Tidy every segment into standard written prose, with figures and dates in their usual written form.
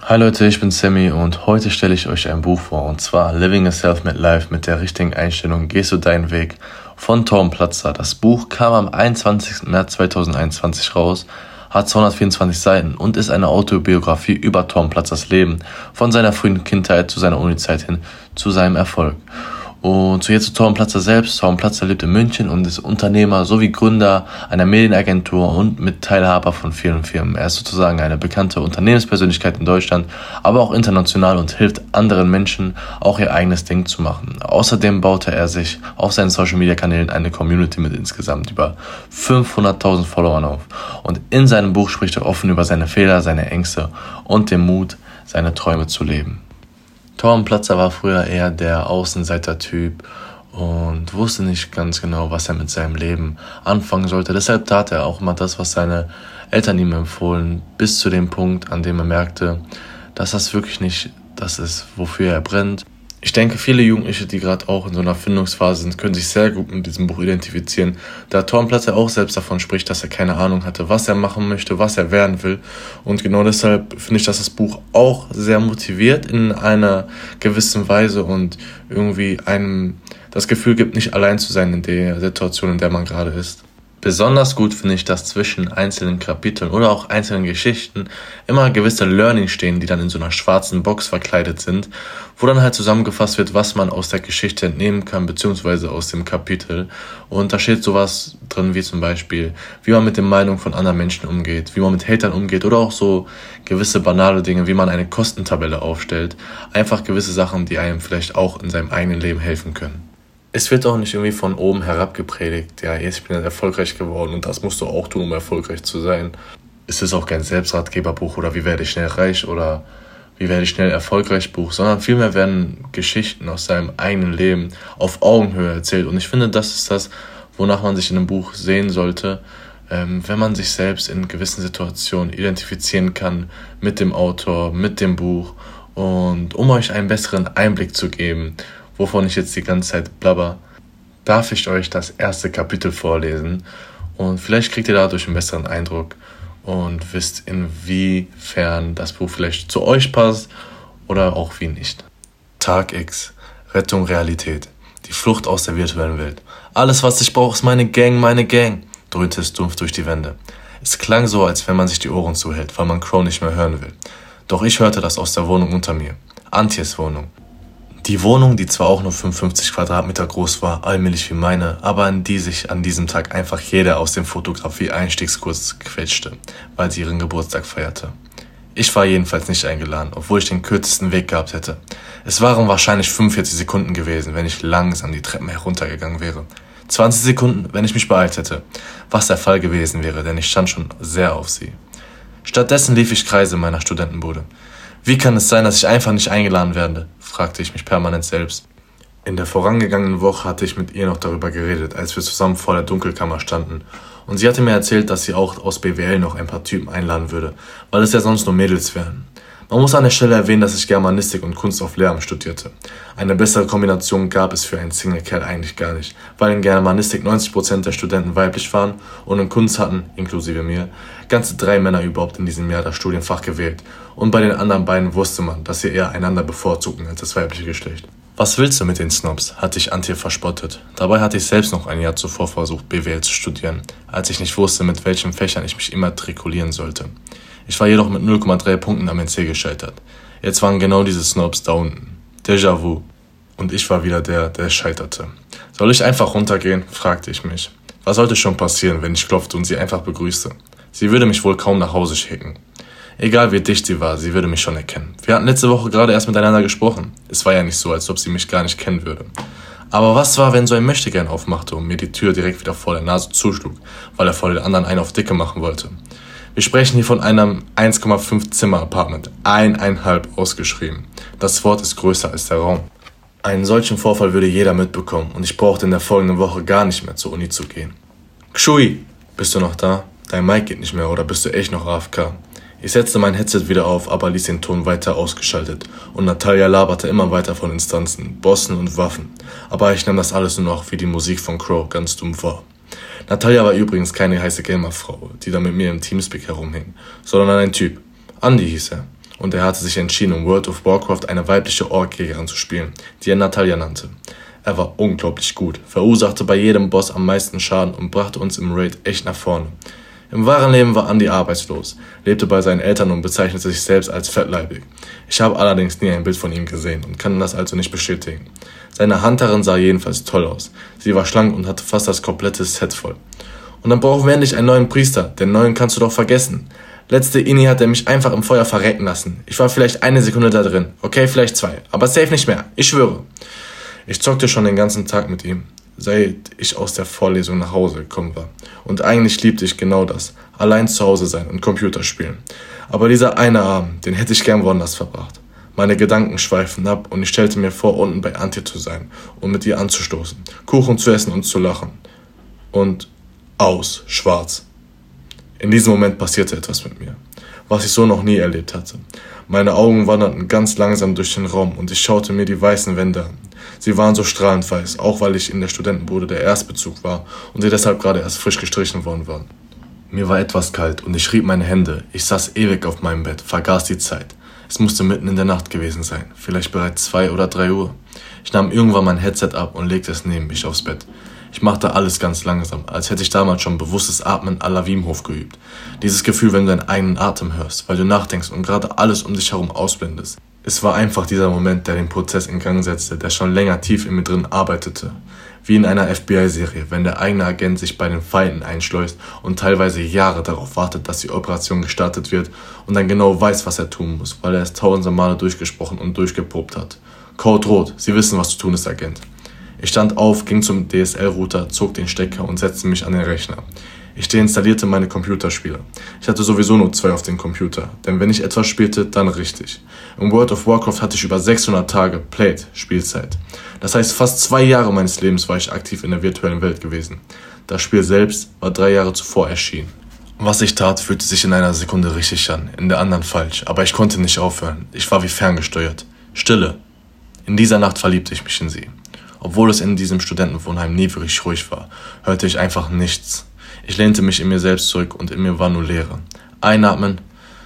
Hi Leute, ich bin Sammy und heute stelle ich euch ein Buch vor, und zwar Living a Self-Made Life. Mit der richtigen Einstellung gehst du deinen Weg von Torben Platzer. Das Buch kam am 21. März 2021 raus, hat 224 Seiten und ist eine Autobiografie über Torben Platzers Leben, von seiner frühen Kindheit zu seiner Unizeit hin zu seinem Erfolg. Und jetzt zu Torben Platzer selbst. Torben Platzer lebt in München und ist Unternehmer sowie Gründer einer Medienagentur und Mitteilhaber von vielen Firmen. Er ist sozusagen eine bekannte Unternehmenspersönlichkeit in Deutschland, aber auch international, und hilft anderen Menschen, auch ihr eigenes Ding zu machen. Außerdem baute er sich auf seinen Social-Media-Kanälen eine Community mit insgesamt über 500.000 Followern auf. Und in seinem Buch spricht er offen über seine Fehler, seine Ängste und den Mut, seine Träume zu leben. Torben Platzer war früher eher der Außenseiter-Typ und wusste nicht ganz genau, was er mit seinem Leben anfangen sollte. Deshalb tat er auch immer das, was seine Eltern ihm empfohlen, bis zu dem Punkt, an dem er merkte, dass das wirklich nicht das ist, wofür er brennt. Ich denke, viele Jugendliche, die gerade auch in so einer Findungsphase sind, können sich sehr gut mit diesem Buch identifizieren, da Torben Platzer auch selbst davon spricht, dass er keine Ahnung hatte, was er machen möchte, was er werden will. Und genau deshalb finde ich, dass das Buch auch sehr motiviert in einer gewissen Weise und irgendwie einem das Gefühl gibt, nicht allein zu sein in der Situation, in der man gerade ist. Besonders gut finde ich, dass zwischen einzelnen Kapiteln oder auch einzelnen Geschichten immer gewisse Learnings stehen, die dann in so einer schwarzen Box verkleidet sind, wo dann halt zusammengefasst wird, was man aus der Geschichte entnehmen kann, beziehungsweise aus dem Kapitel. Und da steht sowas drin wie zum Beispiel, wie man mit den Meinungen von anderen Menschen umgeht, wie man mit Hatern umgeht oder auch so gewisse banale Dinge, wie man eine Kostentabelle aufstellt. Einfach gewisse Sachen, die einem vielleicht auch in seinem eigenen Leben helfen können. Es wird auch nicht irgendwie von oben herab gepredigt, ja, jetzt ich bin jetzt erfolgreich geworden und das musst du auch tun, um erfolgreich zu sein. Es ist auch kein Selbstratgeberbuch oder wie werde ich schnell reich oder wie werde ich schnell erfolgreich Buch, sondern vielmehr werden Geschichten aus seinem eigenen Leben auf Augenhöhe erzählt. Und ich finde, das ist das, wonach man sich in einem Buch sehen sollte, wenn man sich selbst in gewissen Situationen identifizieren kann mit dem Autor, mit dem Buch, und um euch einen besseren Einblick zu geben, wovon ich jetzt die ganze Zeit blabber, darf ich euch das erste Kapitel vorlesen und vielleicht kriegt ihr dadurch einen besseren Eindruck und wisst, inwiefern das Buch vielleicht zu euch passt oder auch wie nicht. Tag X. Rettung Realität. Die Flucht aus der virtuellen Welt. Alles, was ich brauche, ist meine Gang, dröhnte es dumpf durch die Wände. Es klang so, als wenn man sich die Ohren zuhält, weil man Crow nicht mehr hören will. Doch ich hörte das aus der Wohnung unter mir. Antjes Wohnung. Die Wohnung, die zwar auch nur 55 Quadratmeter groß war, allmählich wie meine, aber in die sich an diesem Tag einfach jeder aus dem Fotografie-Einstiegskurs quetschte, weil sie ihren Geburtstag feierte. Ich war jedenfalls nicht eingeladen, obwohl ich den kürzesten Weg gehabt hätte. Es waren wahrscheinlich 45 Sekunden gewesen, wenn ich langsam die Treppen heruntergegangen wäre. 20 Sekunden, wenn ich mich beeilt hätte, was der Fall gewesen wäre, denn ich stand schon sehr auf sie. Stattdessen lief ich Kreise in meiner Studentenbude. Wie kann es sein, dass ich einfach nicht eingeladen werde? Fragte ich mich permanent selbst. In der vorangegangenen Woche hatte ich mit ihr noch darüber geredet, als wir zusammen vor der Dunkelkammer standen. Und sie hatte mir erzählt, dass sie auch aus BWL noch ein paar Typen einladen würde, weil es ja sonst nur Mädels wären. Man muss an der Stelle erwähnen, dass ich Germanistik und Kunst auf Lehramt studierte. Eine bessere Kombination gab es für einen Single-Kerl eigentlich gar nicht, weil in Germanistik 90% der Studenten weiblich waren und in Kunst hatten, inklusive mir, ganze 3 Männer überhaupt in diesem Jahr das Studienfach gewählt. Und bei den anderen beiden wusste man, dass sie eher einander bevorzugten als das weibliche Geschlecht. Was willst du mit den Snobs? Hatte ich Antje verspottet. Dabei hatte ich selbst noch ein Jahr zuvor versucht, BWL zu studieren, als ich nicht wusste, mit welchen Fächern ich mich immatrikulieren sollte. Ich war jedoch mit 0,3 Punkten am NC gescheitert. Jetzt waren genau diese Snobs da unten. Déjà-vu. Und ich war wieder der scheiterte. Soll ich einfach runtergehen? Fragte ich mich. Was sollte schon passieren, wenn ich klopfte und sie einfach begrüßte? Sie würde mich wohl kaum nach Hause schicken. Egal wie dicht sie war, sie würde mich schon erkennen. Wir hatten letzte Woche gerade erst miteinander gesprochen. Es war ja nicht so, als ob sie mich gar nicht kennen würde. Aber was war, wenn so ein Möchtegern aufmachte und mir die Tür direkt wieder vor der Nase zuschlug, weil er vor den anderen einen auf Dicke machen wollte? Wir sprechen hier von einem 1,5 Zimmer Apartment, 1,5 ausgeschrieben. Das Wort ist größer als der Raum. Einen solchen Vorfall würde jeder mitbekommen und ich brauchte in der folgenden Woche gar nicht mehr zur Uni zu gehen. Kshui, bist du noch da? Dein Mic geht nicht mehr oder bist du echt noch AFK? Ich setzte mein Headset wieder auf, aber ließ den Ton weiter ausgeschaltet und Natalia laberte immer weiter von Instanzen, Bossen und Waffen. Aber ich nahm das alles nur noch wie die Musik von Crow ganz dumm wahr. Natalia war übrigens keine heiße Gamerfrau, die da mit mir im Teamspeak herumhing, sondern ein Typ. Andi hieß er. und er hatte sich entschieden, in World of Warcraft eine weibliche Orkjägerin zu spielen, die er Natalia nannte. Er war unglaublich gut, verursachte bei jedem Boss am meisten Schaden und brachte uns im Raid echt nach vorne. Im wahren Leben war Andy arbeitslos, lebte bei seinen Eltern und bezeichnete sich selbst als fettleibig. Ich habe allerdings nie ein Bild von ihm gesehen und kann das also nicht bestätigen. Seine Hunterin sah jedenfalls toll aus. Sie war schlank und hatte fast das komplette Set voll. Und dann brauchen wir endlich einen neuen Priester, den neuen kannst du doch vergessen. Letzte Ini hat er mich einfach im Feuer verrecken lassen. Ich war vielleicht 1 Sekunde da drin, okay, vielleicht 2, aber safe nicht mehr, ich schwöre. Ich zockte schon den ganzen Tag mit ihm, seit ich aus der Vorlesung nach Hause gekommen war. Und eigentlich liebte ich genau das, allein zu Hause sein und Computer spielen. Aber dieser eine Abend, den hätte ich gern woanders verbracht. Meine Gedanken schweifen ab und ich stellte mir vor, unten bei Antje zu sein und mit ihr anzustoßen, Kuchen zu essen und zu lachen. Und schwarz. In diesem Moment passierte etwas mit mir, was ich so noch nie erlebt hatte. Meine Augen wanderten ganz langsam durch den Raum und ich schaute mir die weißen Wände an. Sie waren so strahlend weiß, auch weil ich in der Studentenbude der Erstbezug war und sie deshalb gerade erst frisch gestrichen worden waren. Mir war etwas kalt und ich rieb meine Hände. Ich saß ewig auf meinem Bett, vergaß die Zeit. Es musste mitten in der Nacht gewesen sein, vielleicht bereits 2 oder 3 Uhr. Ich nahm irgendwann mein Headset ab und legte es neben mich aufs Bett. Ich machte alles ganz langsam, als hätte ich damals schon bewusstes Atmen à la Wim Hof geübt. Dieses Gefühl, wenn du deinen eigenen Atem hörst, weil du nachdenkst und gerade alles um dich herum ausblendest. Es war einfach dieser Moment, der den Prozess in Gang setzte, der schon länger tief in mir drin arbeitete. Wie in einer FBI-Serie, wenn der eigene Agent sich bei den Feinden einschleust und teilweise Jahre darauf wartet, dass die Operation gestartet wird und dann genau weiß, was er tun muss, weil er es tausende Male durchgesprochen und durchgeprobt hat. Code Rot, Sie wissen, was zu tun ist, Agent. Ich stand auf, ging zum DSL-Router, zog den Stecker und setzte mich an den Rechner. Ich deinstallierte meine Computerspiele. Ich hatte sowieso nur 2 auf dem Computer, denn wenn ich etwas spielte, dann richtig. In World of Warcraft hatte ich über 600 Tage Played Spielzeit. Das heißt, fast 2 Jahre meines Lebens war ich aktiv in der virtuellen Welt gewesen. Das Spiel selbst war 3 Jahre zuvor erschienen. Was ich tat, fühlte sich in einer Sekunde richtig an, in der anderen falsch, aber ich konnte nicht aufhören. Ich war wie ferngesteuert. Stille. In dieser Nacht verliebte ich mich in sie. Obwohl es in diesem Studentenwohnheim nie wirklich ruhig war, hörte ich einfach nichts. Ich lehnte mich in mir selbst zurück und in mir war nur Leere. Einatmen,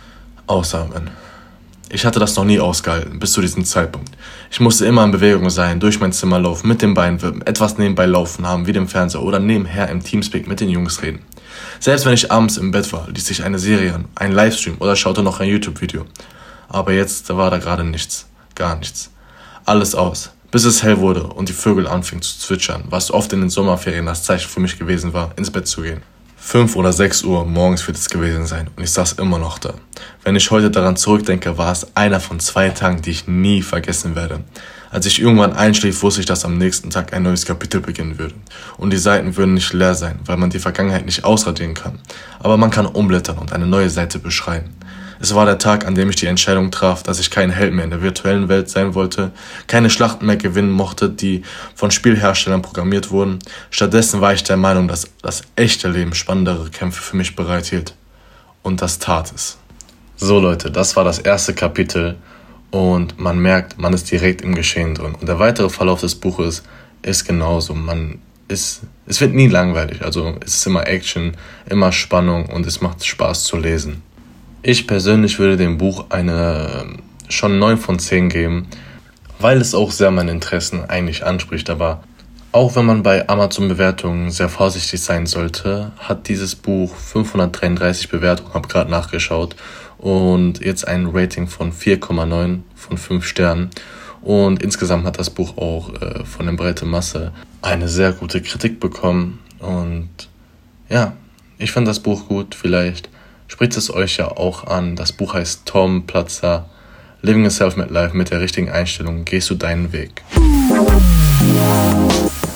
ausatmen. Ich hatte das noch nie ausgehalten, bis zu diesem Zeitpunkt. Ich musste immer in Bewegung sein, durch mein Zimmer laufen, mit den Beinen wippen, etwas nebenbei laufen haben, wie dem Fernseher oder nebenher im Teamspeak mit den Jungs reden. Selbst wenn ich abends im Bett war, ließ ich eine Serie an, einen Livestream oder schaute noch ein YouTube-Video. Aber jetzt war da gerade nichts, gar nichts. Alles aus. Bis es hell wurde und die Vögel anfingen zu zwitschern, was oft in den Sommerferien das Zeichen für mich gewesen war, ins Bett zu gehen. 5 oder 6 Uhr morgens wird es gewesen sein und ich saß immer noch da. Wenn ich heute daran zurückdenke, war es einer von 2 Tagen, die ich nie vergessen werde. Als ich irgendwann einschlief, wusste ich, dass am nächsten Tag ein neues Kapitel beginnen würde. Und die Seiten würden nicht leer sein, weil man die Vergangenheit nicht ausradieren kann. Aber man kann umblättern und eine neue Seite beschreiben. Es war der Tag, an dem ich die Entscheidung traf, dass ich kein Held mehr in der virtuellen Welt sein wollte, keine Schlachten mehr gewinnen mochte, die von Spielherstellern programmiert wurden. Stattdessen war ich der Meinung, dass das echte Leben spannendere Kämpfe für mich bereithielt. Und das tat es. So Leute, das war das erste Kapitel und man merkt, man ist direkt im Geschehen drin. Und der weitere Verlauf des Buches ist genauso. Es wird nie langweilig, also es ist immer Action, immer Spannung und es macht Spaß zu lesen. Ich persönlich würde dem Buch eine schon 9 von 10 geben, weil es auch sehr meine Interessen eigentlich anspricht. Aber auch wenn man bei Amazon-Bewertungen sehr vorsichtig sein sollte, hat dieses Buch 533 Bewertungen, habe gerade nachgeschaut, und jetzt ein Rating von 4,9 von 5 Sternen. Und insgesamt hat das Buch auch von der breiten Masse eine sehr gute Kritik bekommen. Und ja, ich fand das Buch gut, vielleicht spricht es euch ja auch an. Das Buch heißt Tom Platzer, Living a Self-Made Life. Mit der richtigen Einstellung gehst du deinen Weg.